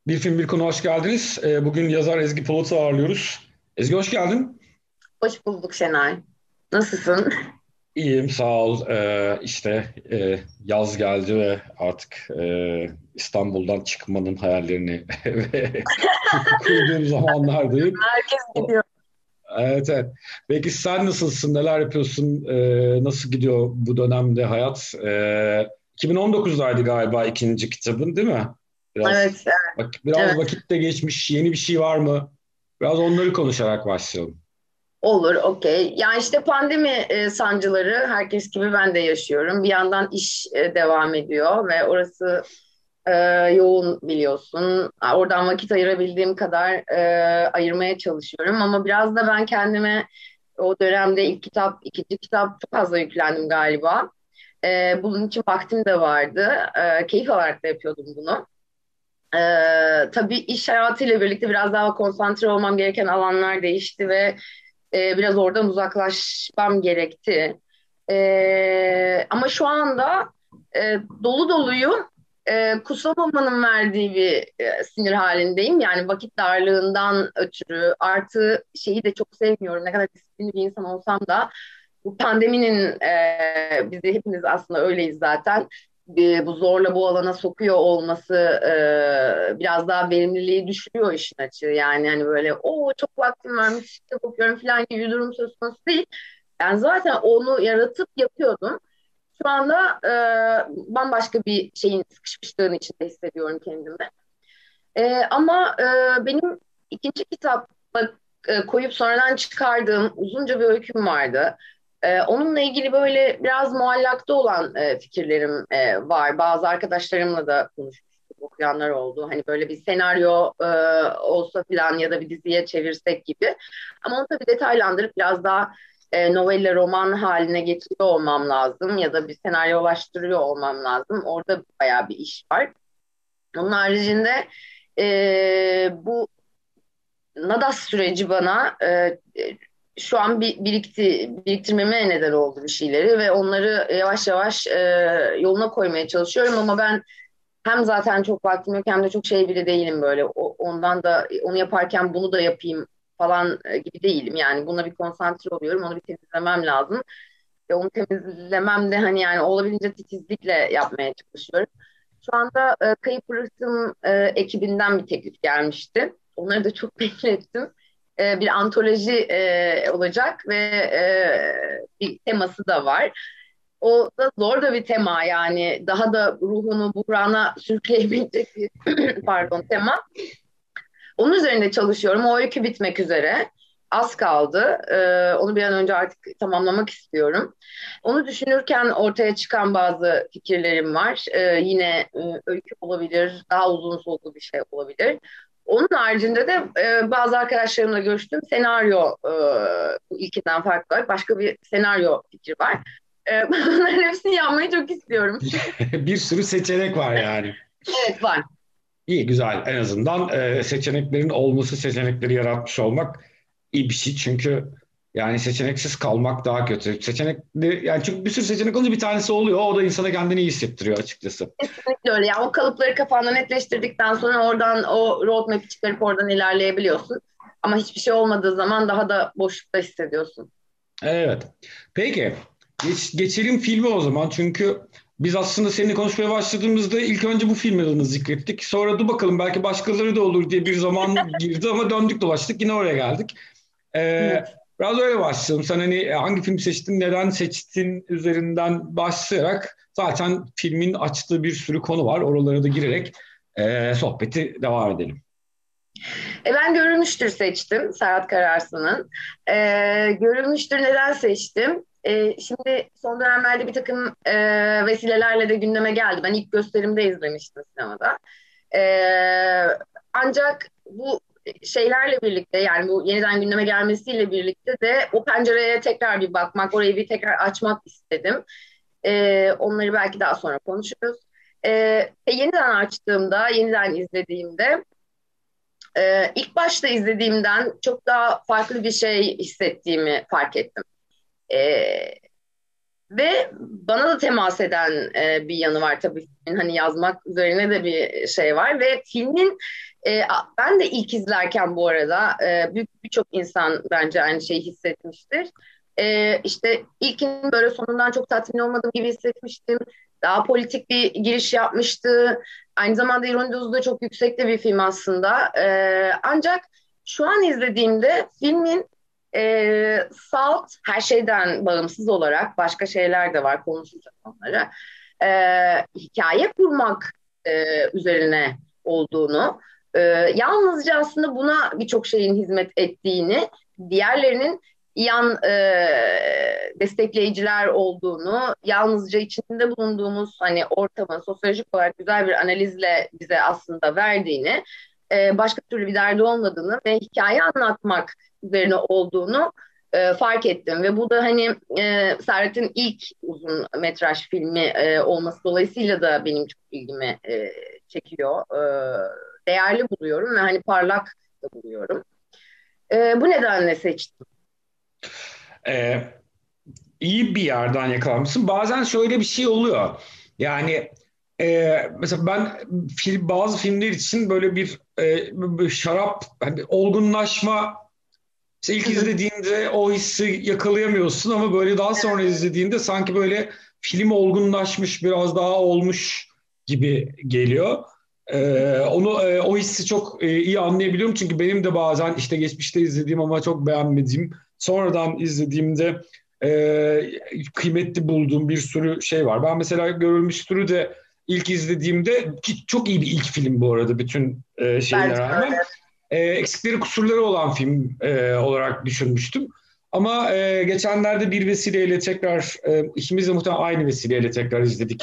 Bir film bir konu hoş geldiniz. Bugün yazar Ezgi Polat'ı ağırlıyoruz. Ezgi hoş geldin. Hoş bulduk Şenay. Nasılsın? İyiyim sağ ol. Yaz geldi ve artık İstanbul'dan çıkmanın hayallerini ve kurduğum zamanlardayım. Herkes gidiyor. Evet, evet. Peki sen nasılsın? Neler yapıyorsun? Nasıl gidiyor bu dönemde hayat? 2019'daydı galiba ikinci kitabın, değil mi? Biraz Evet, evet, biraz evet. vakit de geçmiş. Yeni bir şey var mı? Biraz onları konuşarak başlayalım. Olur, okey. Yani işte pandemi sancıları herkes gibi ben de yaşıyorum. Bir yandan iş devam ediyor ve orası e, yoğun biliyorsun. Oradan vakit ayırabildiğim kadar ayırmaya çalışıyorum. Ama biraz da ben kendime o dönemde ilk kitap, ikinci kitap çok fazla yüklendim galiba. Bunun için vaktim de vardı. Keyif alarak da yapıyordum bunu. Tabii iş hayatıyla birlikte biraz daha konsantre olmam gereken alanlar değişti ve biraz oradan uzaklaşmam gerekti. Ama şu anda dolu doluyum. Kusamamanın verdiği bir sinir halindeyim. Yani vakit darlığından ötürü artı şeyi de çok sevmiyorum. Ne kadar disiplinli bir insan olsam da bu pandeminin bizi hepimiz aslında öyleyiz zaten. Bu zorla bu alana sokuyor olması biraz daha verimliliği düşürüyor işin açığı. Yani hani böyle o çok vaktim varmış kitap okuyorum falan gibi bir durum söz konusu değil. Ben zaten onu yaratıp yapıyordum. Şu anda bambaşka bir şeyin sıkışmışlığın içinde hissediyorum kendimi. Ama benim ikinci kitap koyup sonradan çıkardığım uzunca bir öyküm vardı. Onunla ilgili böyle biraz muallakta olan fikirlerim var. Bazı arkadaşlarımla da konuşmuştuk, okuyanlar oldu. Hani böyle bir senaryo olsa falan ya da bir diziye çevirsek gibi. Ama onu tabii detaylandırıp biraz daha novella roman haline getiriyor olmam lazım ya da bir senaryolaştırıyor olmam lazım. Orada bayağı bir iş var. Onun haricinde bu Nadas süreci bana şu an biriktirmeme neden oldu bir şeyleri ve onları yavaş yavaş yoluna koymaya çalışıyorum ama ben hem zaten çok vaktim yok hem de çok şey biri değilim böyle. Ondan da onu yaparken bunu da yapayım falan gibi değilim. Yani buna bir konsantre oluyorum. Onu bir temizlemem lazım. Ve onu temizlemem de hani yani olabildiğince titizlikle yapmaya çalışıyorum. Şu anda Kayıp Hırsım ekibinden bir teklif gelmişti. Onları da çok beklettim. Bir antoloji olacak ve bir teması da var. O da zor da bir tema yani daha da ruhunu buhrana sürükleyebilecek bir pardon tema. Onun üzerinde çalışıyorum. O öykü bitmek üzere. Az kaldı. Onu bir an önce artık tamamlamak istiyorum. Onu düşünürken ortaya çıkan bazı fikirlerim var. Yine öykü olabilir, daha uzun soluklu bir şey olabilir. Onun haricinde de bazı arkadaşlarımla görüştüm. Senaryo bu ilkinden farklı olarak başka bir senaryo fikri var. Bunların hepsini yapmayı çok istiyorum. Bir sürü seçenek var yani. Evet var. İyi, güzel. En azından seçeneklerin olması, seçenekleri yaratmış olmak iyi bir şey. Çünkü yani seçeneksiz kalmak daha kötü. Seçenekli, yani çünkü bir sürü seçenek olunca bir tanesi oluyor. O da insana kendini iyi hissettiriyor açıkçası. Kesinlikle öyle. Yani o kalıpları kafanda netleştirdikten sonra oradan o roadmap'i çıkarıp oradan ilerleyebiliyorsun. Ama hiçbir şey olmadığı zaman daha da boşlukta hissediyorsun. Evet. Peki. Geçelim filme o zaman. Çünkü biz aslında seninle konuşmaya başladığımızda ilk önce bu filmin adını zikrettik. Sonra dur bakalım belki başkaları da olur diye bir zaman girdi ama döndük dolaştık yine oraya geldik. Evet. Biraz öyle başlayalım. Sen hani hangi film seçtin, neden seçtin üzerinden başlayarak zaten filmin açtığı bir sürü konu var. Oralara da girerek sohbeti devam edelim. Ben Görülmüştür seçtim Serhat Kararslan'ın. Görülmüştür neden seçtim? Şimdi son dönemlerde bir takım vesilelerle de gündeme geldi. Ben ilk gösterimde izlemiştim sinemada. Ancak bu şeylerle birlikte yani bu yeniden gündeme gelmesiyle birlikte de o pencereye tekrar bir bakmak, orayı bir tekrar açmak istedim. Onları belki daha sonra konuşuruz. Yeniden açtığımda, yeniden izlediğimde ilk başta izlediğimden çok daha farklı bir şey hissettiğimi fark ettim. Ee, Ve bana da temas eden bir yanı var tabii. Hani yazmak üzerine de bir şey var ve filmin Ben de ilk izlerken bu arada birçok insan bence aynı şeyi hissetmiştir. İşte ilkin böyle sonundan çok tatmin olmadığım gibi hissetmiştim. Daha politik bir giriş yapmıştı. Aynı zamanda ironi dozu da çok yüksek de bir film aslında. Ancak şu an izlediğimde filmin salt, her şeyden bağımsız olarak başka şeyler de var, konuşacağız onlara. Hikaye kurmak üzerine olduğunu, e, yalnızca aslında buna birçok şeyin hizmet ettiğini, diğerlerinin yan destekleyiciler olduğunu, yalnızca içinde bulunduğumuz hani ortamın sosyolojik olarak güzel bir analizle bize aslında verdiğini, başka türlü bir derdi olmadığını ve hikaye anlatmak üzerine olduğunu fark ettim. Ve bu da hani Serhat'ın ilk uzun metraj filmi olması dolayısıyla da benim çok ilgimi çekiyor. Değerli buluyorum ve hani parlak da buluyorum. Bu nedenle seçtim. E, iyi bir yerden yakalanmışsın. Bazen şöyle bir şey oluyor. Yani mesela ben bazı filmler için böyle bir şarap, hani olgunlaşma, işte ilk izlediğinde o hissi yakalayamıyorsun ama böyle daha sonra izlediğinde sanki böyle film olgunlaşmış, biraz daha olmuş gibi geliyor. O hissi çok iyi anlayabiliyorum çünkü benim de bazen işte geçmişte izlediğim ama çok beğenmediğim, sonradan izlediğimde kıymetli bulduğum bir sürü şey var. Ben mesela Görülmüştür'ü de ilk izlediğimde, ki çok iyi bir ilk film bu arada bütün şeyine Bence de rağmen, öyle. eksikleri kusurları olan film olarak düşünmüştüm. Ama geçenlerde bir vesileyle tekrar, ikimiz de muhtemelen aynı vesileyle tekrar izledik.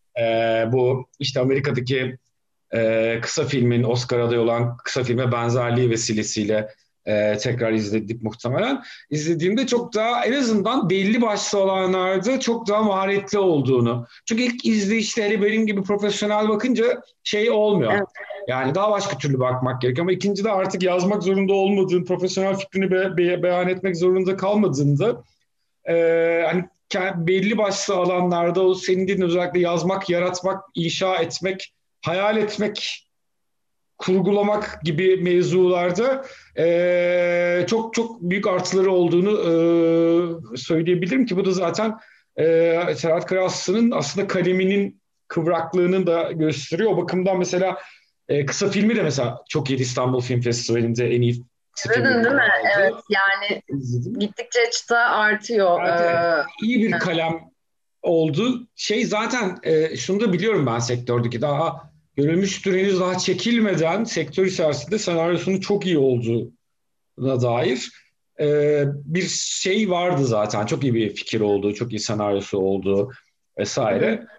Bu işte Amerika'daki kısa filmin Oscar adayı olan kısa filme benzerliği vesilesiyle tekrar izledik muhtemelen. İzlediğimde çok daha, en azından belli başlı alanlarda çok daha maharetli olduğunu. Çünkü ilk izleyişte hele benim gibi profesyonel bakınca şey olmuyor. Evet. Yani daha başka türlü bakmak gerekiyor. Ama ikincide artık yazmak zorunda olmadığın, profesyonel fikrini beyan etmek zorunda kalmadığında, hani belli başlı alanlarda o senin dediğin, özellikle yazmak, yaratmak, inşa etmek, hayal etmek, kurgulamak gibi mevzularda çok çok büyük artıları olduğunu söyleyebilirim ki bu da zaten Serhat Kıraslı'nın aslında kaleminin kıvraklığını da gösteriyor. O bakımdan mesela kısa filmi de mesela çok iyi, İstanbul Film Festivali'nde en iyi kısa film Izledin değil ödülünü mi? Evet, aldı. yani İzledim. gittikçe çıta artıyor. Evet, evet. İyi bir kalem oldu. Şey zaten, şunu da biliyorum ben, sektördeki daha görülmüştür henüz daha çekilmeden sektör içerisinde senaryosunun çok iyi olduğuna dair bir şey vardı zaten. Çok iyi bir fikir olduğu, çok iyi senaryosu olduğu Hı hı. vesaire.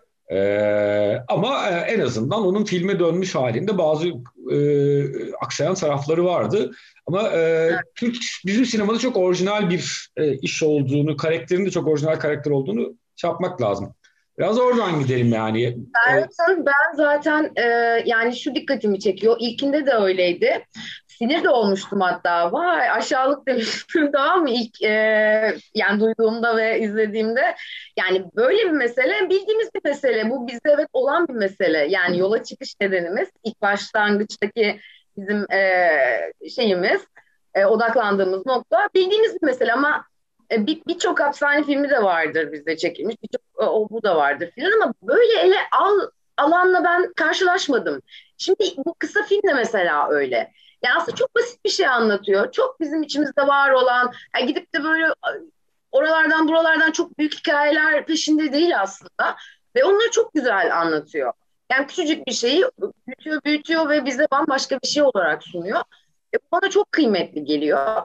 Ama en azından onun filme dönmüş halinde bazı aksayan tarafları vardı. Ama bizim sinemada çok orijinal bir iş olduğunu, karakterin de çok orijinal karakter olduğunu şey yapmak lazım. Biraz oradan gidelim yani. Serhat'ın ben zaten yani şu dikkatimi çekiyor. İlkinde de öyleydi. Sinir de olmuştum hatta. Vay aşağılık demiştim tamam mı ilk yani duyduğumda ve izlediğimde. Yani böyle bir mesele bildiğimiz bir mesele. Bu bizde evet olan bir mesele. Yani yola çıkış nedenimiz ilk başlangıçtaki bizim şeyimiz odaklandığımız nokta bildiğimiz bir mesele ama birçok hapishane filmi de vardır bizde çekilmiş. Birçok o bu da vardır filan ama böyle alanla ben karşılaşmadım. Şimdi bu kısa film de mesela öyle. Yani aslında çok basit bir şey anlatıyor. Çok bizim içimizde var olan, yani gidip de böyle oralardan buralardan çok büyük hikayeler peşinde değil aslında. Ve onları çok güzel anlatıyor. Yani küçücük bir şeyi büyütüyor, büyütüyor ve bize bambaşka bir şey olarak sunuyor. Bana çok kıymetli geliyor.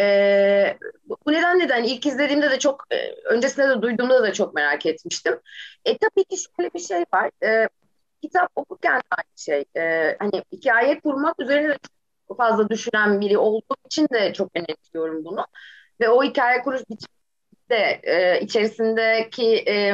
Bu nedenle de hani ilk izlediğimde de çok öncesinde de duyduğumda da çok merak etmiştim. Tabii ki şöyle bir şey var. Kitap okurken de aynı şey. Hani hikaye kurmak üzerine de çok fazla düşünen biri olduğum için de çok önemsiyorum bunu. Ve o hikaye kuruş biçimde içerisindeki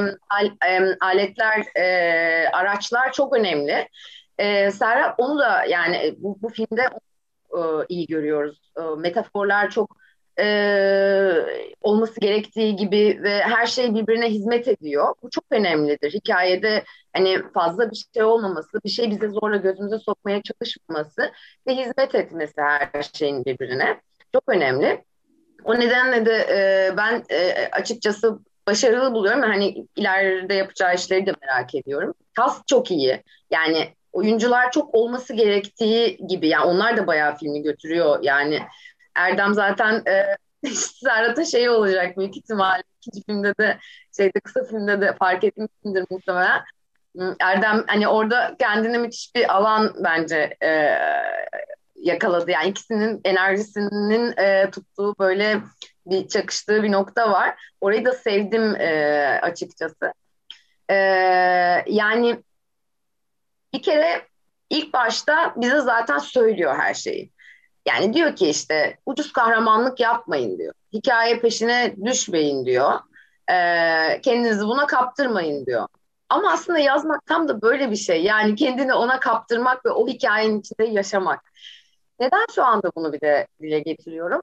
aletler, araçlar çok önemli. Serhat onu da yani bu filmde iyi görüyoruz. Metaforlar çok e, olması gerektiği gibi ve her şey birbirine hizmet ediyor. Bu çok önemlidir. Hikayede hani fazla bir şey olmaması, bir şey bize zorla gözümüze sokmaya çalışmaması ve hizmet etmesi her şeyin birbirine çok önemli. O nedenle de ben açıkçası başarılı buluyorum. Hani ileride yapacağı işleri de merak ediyorum. Cast çok iyi. Yani oyuncular çok olması gerektiği gibi. Yani onlar da bayağı filmi götürüyor. Yani Erdem zaten Serhat'a şey olacak büyük ihtimalle. İkinci filmde de kısa filmde de fark etmişsindir muhtemelen. Erdem hani orada kendine müthiş bir alan bence yakaladı. Yani ikisinin enerjisinin tuttuğu böyle bir çakıştığı bir nokta var. Orayı da sevdim açıkçası. E, Yani bir kere ilk başta bize zaten söylüyor her şeyi. Yani diyor ki işte ucuz kahramanlık yapmayın diyor. Hikaye peşine düşmeyin diyor. Kendinizi buna kaptırmayın diyor. Ama aslında yazmak tam da böyle bir şey. Yani kendini ona kaptırmak ve o hikayenin içinde yaşamak. Neden şu anda bunu bir de dile getiriyorum?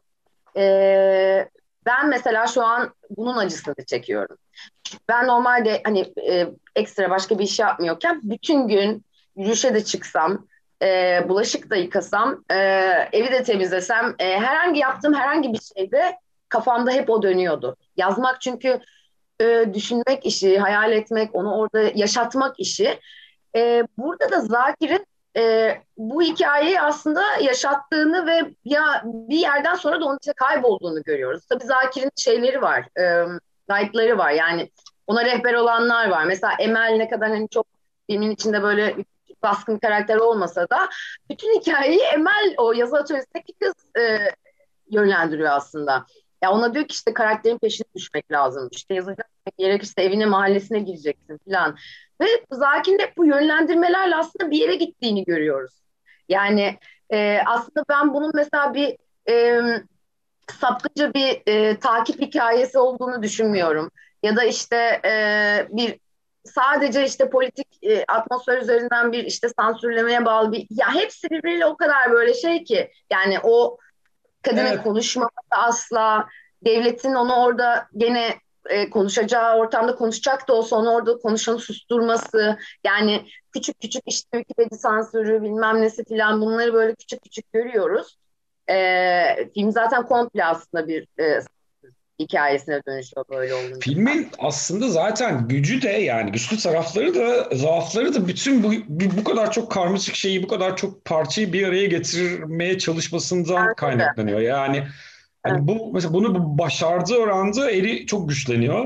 Ben mesela şu an bunun acısını çekiyorum. Ben normalde hani ekstra başka bir iş yapmıyorken bütün gün yürüyüşe de çıksam, bulaşık da yıkasam, evi de temizlesem, yaptığım herhangi bir şeyde kafamda hep o dönüyordu. Yazmak çünkü düşünmek işi, hayal etmek, onu orada yaşatmak işi. Burada da Zakir'in bu hikayeyi aslında yaşattığını ve ya bir yerden sonra da onun içine kaybolduğunu görüyoruz. Tabii Zakir'in şeyleri var, guide'ları var. Yani ona rehber olanlar var. Mesela Emel ne kadar hani çok filmin içinde böyle bir baskın karakter olmasa da bütün hikayeyi Emel o yazı atölyesindeki kız yönlendiriyor aslında. Ya ona diyor ki işte karakterin peşine düşmek lazım. İşte yazacaksın, gerekirse evine mahallesine gireceksin falan. Ve Zaki'nin hep bu yönlendirmelerle aslında bir yere gittiğini görüyoruz. Yani aslında ben bunun mesela bir e, sapkınca bir takip hikayesi olduğunu düşünmüyorum. Ya da işte bir sadece işte politik atmosfer üzerinden bir işte sansürlemeye bağlı bir ya hepsi birbiriyle o kadar böyle şey ki yani o kadının Evet. konuşmaması asla devletin onu orada gene konuşacağı ortamda konuşacak da olsa onu orada konuşanı susturması yani küçük küçük işte Wikipedia sansürü bilmem nesi filan bunları böyle küçük küçük görüyoruz. Film zaten komple aslında bir hikayesine dönüşüyor böyle olunca. Filmin aslında zaten gücü de yani güçlü tarafları da zaafları da bütün bu kadar çok karmaşık şeyi bu kadar çok parçayı bir araya getirmeye çalışmasından Bence de. kaynaklanıyor. Yani Evet, hani bu mesela bunu başardığı oranda Eri çok güçleniyor.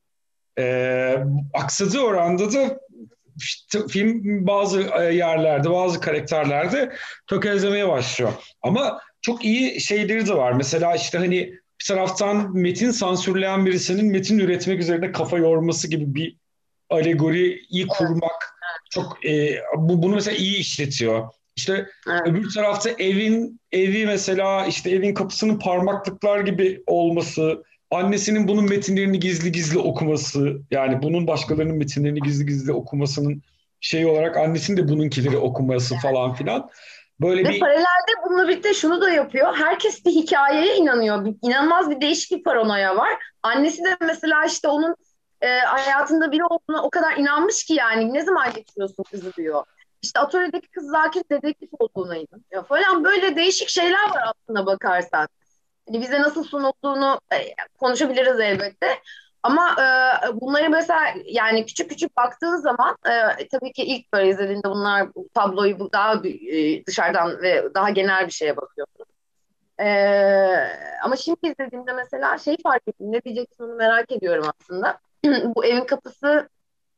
Aksadığı oranda da işte film bazı yerlerde, bazı karakterlerde tökezlemeye başlıyor. Ama çok iyi şeyleri de var. Mesela işte hani bir taraftan metin sansürleyen birisinin metin üretmek üzerine kafa yorması gibi bir alegoriyi kurmak çok bunu mesela iyi işletiyor. İşte evet, öbür tarafta evi mesela işte evin kapısının parmaklıklar gibi olması, annesinin bunun metinlerini gizli gizli okuması, yani bunun başkalarının metinlerini gizli gizli okumasının şey olarak annesinin de bununkileri okuması falan filan. Böyle ve bir paralelde bununla birlikte şunu da yapıyor. Herkes bir hikayeye inanıyor. İnanılmaz bir değişik bir paranoya var. Annesi de mesela işte onun hayatında biri olduğuna o kadar inanmış ki yani ne zaman getiriyorsun kızı diyor. İşte atölyedeki kız Zakir dedektif olduğuna inanıyor falan böyle değişik şeyler var aslında bakarsan. Hani bize nasıl sunulduğunu konuşabiliriz elbette. Ama bunları mesela yani küçük küçük baktığın zaman tabii ki ilk böyle izlediğinde bunlar tabloyu daha dışarıdan ve daha genel bir şeye bakıyorsun. E, Ama şimdi izlediğimde mesela şeyi fark ettim. Ne diyeceksin onu merak ediyorum aslında. Bu evin kapısı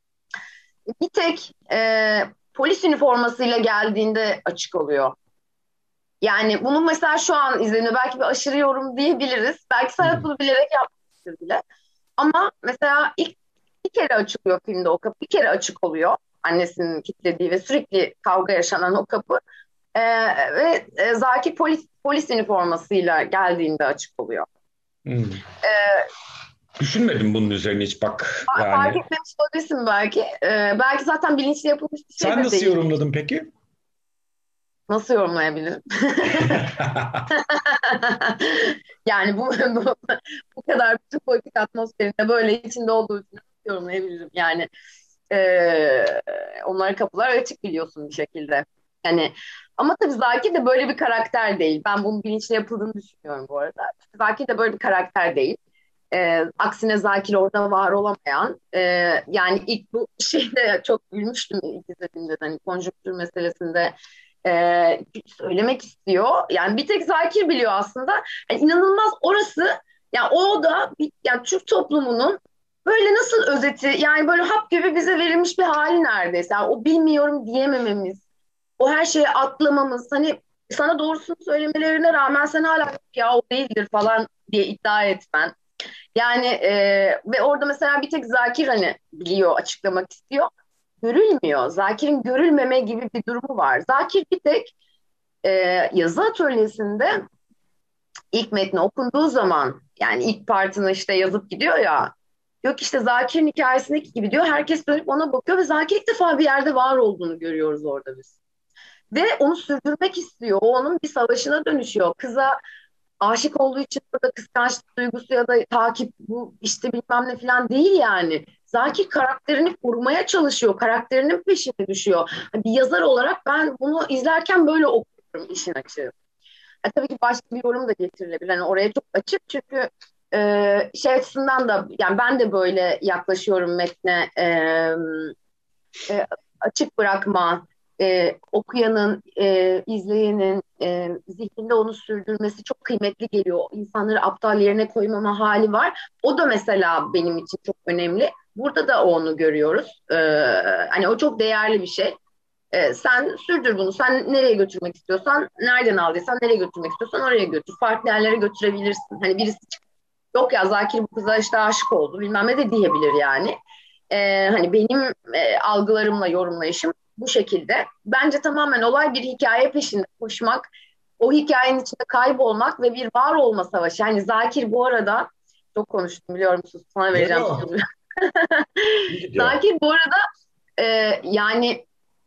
bir tek polis üniformasıyla geldiğinde açık oluyor. Yani bunu mesela şu an izlediğinde belki bir aşırı yorum diyebiliriz. Belki Serhat bunu bilerek yapmıştır bile. Ama mesela ilk bir kere açılıyor filmde o kapı. Bir kere açık oluyor. Annesinin kilitlediği ve sürekli kavga yaşanan o kapı. Ee, Ve Zaki polis üniformasıyla geldiğinde açık oluyor. hmm, Ee, düşünmedim bunun üzerine hiç bak Fark yani. etmemiş olabilirsin belki. Belki zaten bilinçli yapılmış bir şey Sen de nasıl değil. yorumladın peki? Nasıl yorumlayabilirim? Yani bu kadar bütün politik atmosferinde böyle içinde olduğu için nasıl yorumlayabilirim? Yani onlara kapılar açık biliyorsun bir şekilde. Yani ama tabii Zaki de böyle bir karakter değil. Ben bunun bilinçli yapıldığını düşünüyorum bu arada. Zaki de böyle bir karakter değil. Aksine Zakir orada var olamayan, yani ilk bu şeyde çok gülmüştüm ilk izlediğimde, hani konjonktür meselesinde söylemek istiyor. Yani bir tek Zakir biliyor aslında. Yani inanılmaz orası. Yani o da yani Türk toplumunun böyle nasıl özeti, yani böyle hap gibi bize verilmiş bir hali neredeyse. Yani o bilmiyorum diyemememiz, o her şeyi atlamamız, hani sana doğrusunu söylemelerine rağmen sen hala "Yok ya o değildir" falan diye iddia etmen. Yani ve orada mesela bir tek Zakir hani biliyor, açıklamak istiyor. Görülmüyor. Zakir'in görülmeme gibi bir durumu var. Zakir bir tek e, yazı atölyesinde ilk metni okunduğu zaman, yani ilk partını işte yazıp gidiyor ya. Yok işte Zakir'in hikayesindeki gibi diyor. Herkes dönüp ona bakıyor ve Zakir ilk defa bir yerde var olduğunu görüyoruz orada biz. Ve onu sürdürmek istiyor. O onun bir savaşına dönüşüyor. Kıza aşık olduğu için burada kıskançlık duygusu ya da takip, bu işte bilmem ne falan değil yani. Zakir karakterini korumaya çalışıyor. Karakterinin peşine düşüyor. Bir yazar olarak ben bunu izlerken böyle okuyorum işin açığı. Tabii ki başka bir yorum da getirilebilir. Yani oraya çok açık çünkü şey açısından da, yani ben de böyle yaklaşıyorum metne. Açık bırakma, okuyanın, izleyenin zihninde onu sürdürmesi çok kıymetli geliyor. İnsanları aptal yerine koymama hali var. O da mesela benim için çok önemli. Burada da onu görüyoruz. Hani o çok değerli bir şey. Sen sürdür bunu. Sen nereye götürmek istiyorsan, nereden aldıysan nereye götürmek istiyorsan oraya götür. Farklı yerlere götürebilirsin. Hani birisi yok ya Zakir bu kıza işte aşık oldu bilmem ne de diyebilir yani. Hani benim algılarımla yorumlayışım bu şekilde. Bence tamamen olay bir hikaye peşinde koşmak, o hikayenin içinde kaybolmak ve bir var olma savaşı. Yani Zakir bu arada, çok konuştum biliyorum, sus sana Yo, vereceğim yo. sözü. İyi gidiyor. Zakir bu arada yani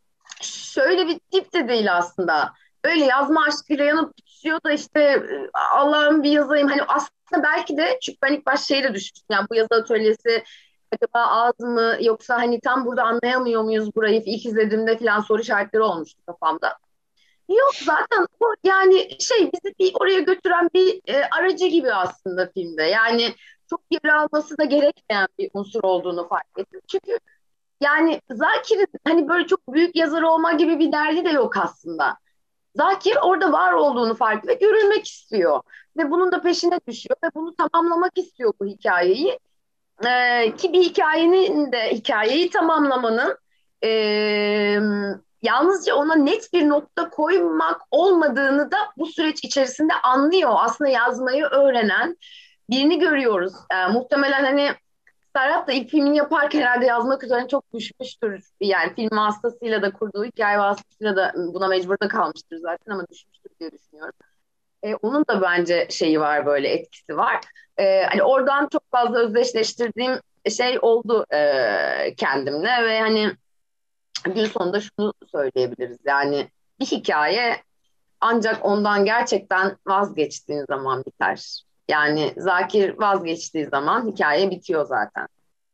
şöyle bir tip de değil aslında. Böyle yazma aşkıyla yanıp tutuşuyor da işte Allah'ım bir yazayım. Hani aslında belki de, çünkü ben ilk başta şeyi de düşünmüştüm. Yani bu yazı atölyesi acaba az mı, yoksa hani tam burada anlayamıyor muyuz burayı? İlk izlediğimde falan soru işaretleri olmuştu kafamda. Yok zaten o yani şey, bizi bir oraya götüren bir aracı gibi aslında filmde. Yani çok yer alması da gerekmeyen bir unsur olduğunu fark ettim. Çünkü yani Zakir'in hani böyle çok büyük yazar olma gibi bir derdi de yok aslında. Zakir orada var olduğunu fark ve görülmek istiyor. Ve bunun da peşine düşüyor ve bunu tamamlamak istiyor bu hikayeyi. Ki bir hikayeyi tamamlamanın ee, yalnızca ona net bir nokta koymak olmadığını da bu süreç içerisinde anlıyor. Aslında yazmayı öğrenen birini görüyoruz. Muhtemelen hani Serhat da ilk filmini yaparken herhalde yazmak üzerine çok düşmüştür. Yani film vasıtasıyla da, kurduğu hikaye vasıtasıyla da buna mecbur da kalmıştır zaten, ama düşmüştür diye düşünüyorum. Onun da bence şeyi var, böyle etkisi var. Hani oradan çok fazla özdeşleştirdiğim şey oldu kendimle ve hani gün sonunda şunu söyleyebiliriz. Yani bir hikaye ancak ondan gerçekten vazgeçtiğin zaman biter. Yani Zakir vazgeçtiği zaman hikaye bitiyor zaten.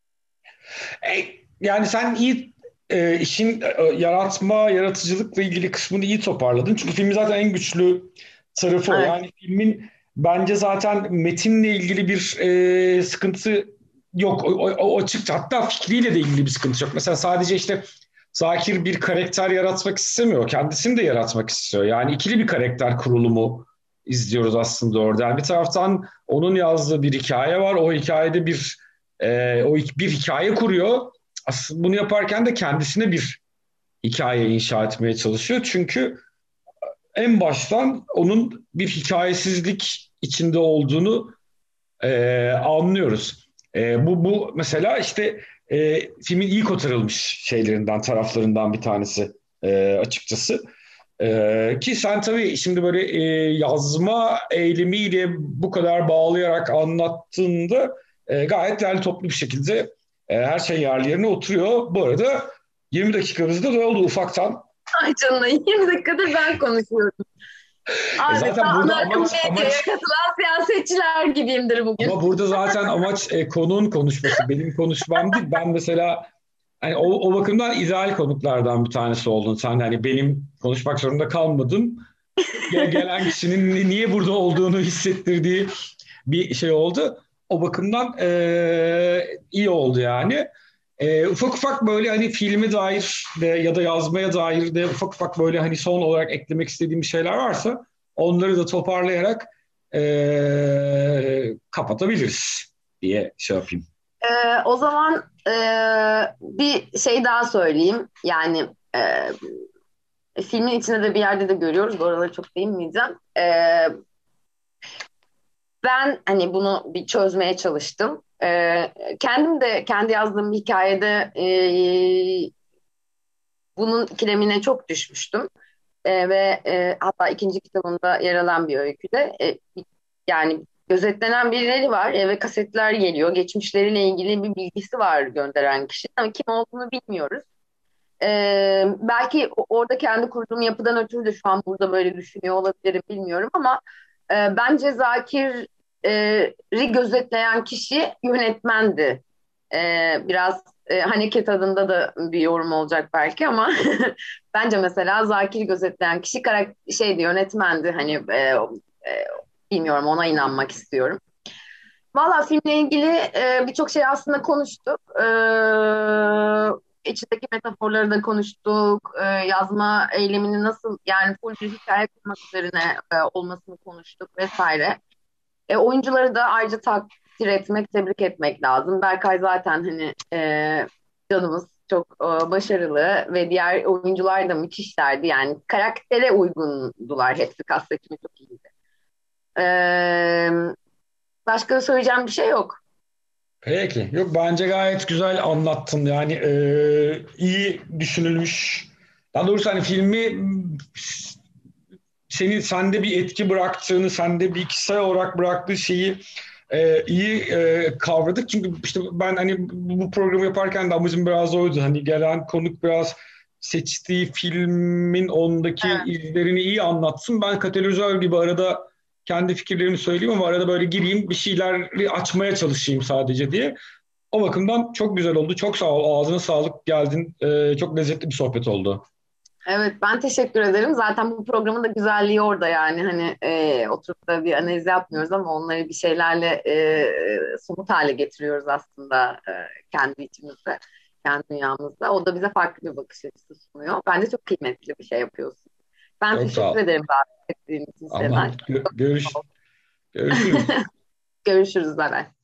E, Yani sen iyi işin yaratma, yaratıcılıkla ilgili kısmını iyi toparladın. Çünkü filmin zaten en güçlü tarafı o. Evet. Yani filmin bence zaten metinle ilgili bir sıkıntısı yok. O açıkça, hatta fikriyle de ilgili bir sıkıntı yok. Mesela sadece işte Zakir bir karakter yaratmak istemiyor. Kendisini de yaratmak istiyor. Yani ikili bir karakter kurulumu izliyoruz aslında orada. Yani bir taraftan onun yazdığı bir hikaye var. O hikayede bir hikaye kuruyor. Aslında bunu yaparken de kendisine bir hikaye inşa etmeye çalışıyor. Çünkü en baştan onun bir hikayesizlik içinde olduğunu anlıyoruz. Bu mesela işte filmin iyi kotarılmış şeylerinden, taraflarından bir tanesi açıkçası. Ki sen tabii şimdi böyle yazma eylemiyle bu kadar bağlayarak anlattığında gayet değerli, toplu bir şekilde her şey yerli yerine oturuyor. Bu arada 20 dakikamızda doldu ufaktan. Ay canına 20 dakikadır ben konuşuyorum. Adeta Zaten burada ana akım medyaya katılan siyasetçiler gibiyimdir bugün. ama burada zaten amaç konuğun konuşması. Benim konuşmam değil. Ben mesela hani o bakımdan ideal konuklardan bir tanesi oldun. Sen hani benim konuşmak zorunda kalmadın. Gelen kişinin niye burada olduğunu hissettirdiği bir şey oldu. O bakımdan iyi oldu yani. Ufak ufak böyle hani filme dair de ya da yazmaya dair de ufak ufak böyle hani son olarak eklemek istediğim bir şeyler varsa onları da toparlayarak kapatabiliriz diye şey yapayım. O zaman bir şey daha söyleyeyim. Yani filmin içinde de bir yerde de görüyoruz. Oraları çok değinmeyeceğim. Ben hani bunu bir çözmeye çalıştım. Kendim de kendi yazdığım bir hikayede bunun ikilemine çok düşmüştüm. Ve hatta ikinci kitabımda yer alan bir öyküde. Yani gözetlenen birileri var ve kasetler geliyor. Geçmişleriyle ilgili bir bilgisi var gönderen kişi. Ama kim olduğunu bilmiyoruz. Belki orada kendi kurduğum yapıdan ötürü de şu an burada böyle düşünüyor olabilirim bilmiyorum ama bence Zakir'i gözetleyen kişi yönetmendi. Biraz Hareket adında da bir yorum olacak belki ama bence mesela Zakir'i gözetleyen kişi şeydi, yönetmendi. Hani bilmiyorum, ona inanmak istiyorum. Valla filmle ilgili birçok şey aslında konuştuk. İçindeki metaforları da konuştuk. Yazma eylemini nasıl, yani full bir hikaye kurmak üzerine olmasını konuştuk vesaire. Oyuncuları da ayrıca takdir etmek, tebrik etmek lazım. Berkay zaten hani canımız çok başarılı ve diğer oyuncular da müthişlerdi. Yani karaktere uygundular hepsi. Kas seçimi çok iyiydi. E, Başka söyleyeceğim bir şey yok. Peki. Yok bence gayet güzel anlattın. Yani iyi düşünülmüş. Daha doğrusu hani filmi sende bir etki bıraktığını, sende bir kişisel olarak bıraktığı şeyi iyi kavradık. Çünkü işte ben hani bu programı yaparken de amacım biraz oydu. Hani gelen konuk biraz seçtiği filmin ondaki Evet. izlerini iyi anlatsın. Ben katalizör gibi arada kendi fikirlerimi söyleyeyim ama arada böyle gireyim bir şeyleri açmaya çalışayım sadece diye. O bakımdan çok güzel oldu. Çok sağ ol. Ağzına sağlık geldin. Çok lezzetli bir sohbet oldu. Evet, ben teşekkür ederim. Zaten bu programın da güzelliği orada, yani hani oturup da bir analiz yapmıyoruz ama onları bir şeylerle somut hale getiriyoruz aslında kendi içimizde, kendi dünyamızda. O da bize farklı bir bakış açısı sunuyor. Bence çok kıymetli bir şey yapıyorsun. Ben Çok sağ teşekkür ol. ederim davet ettiğin için Seray. Aman görüşürüz. Görüşürüz. Bay bay.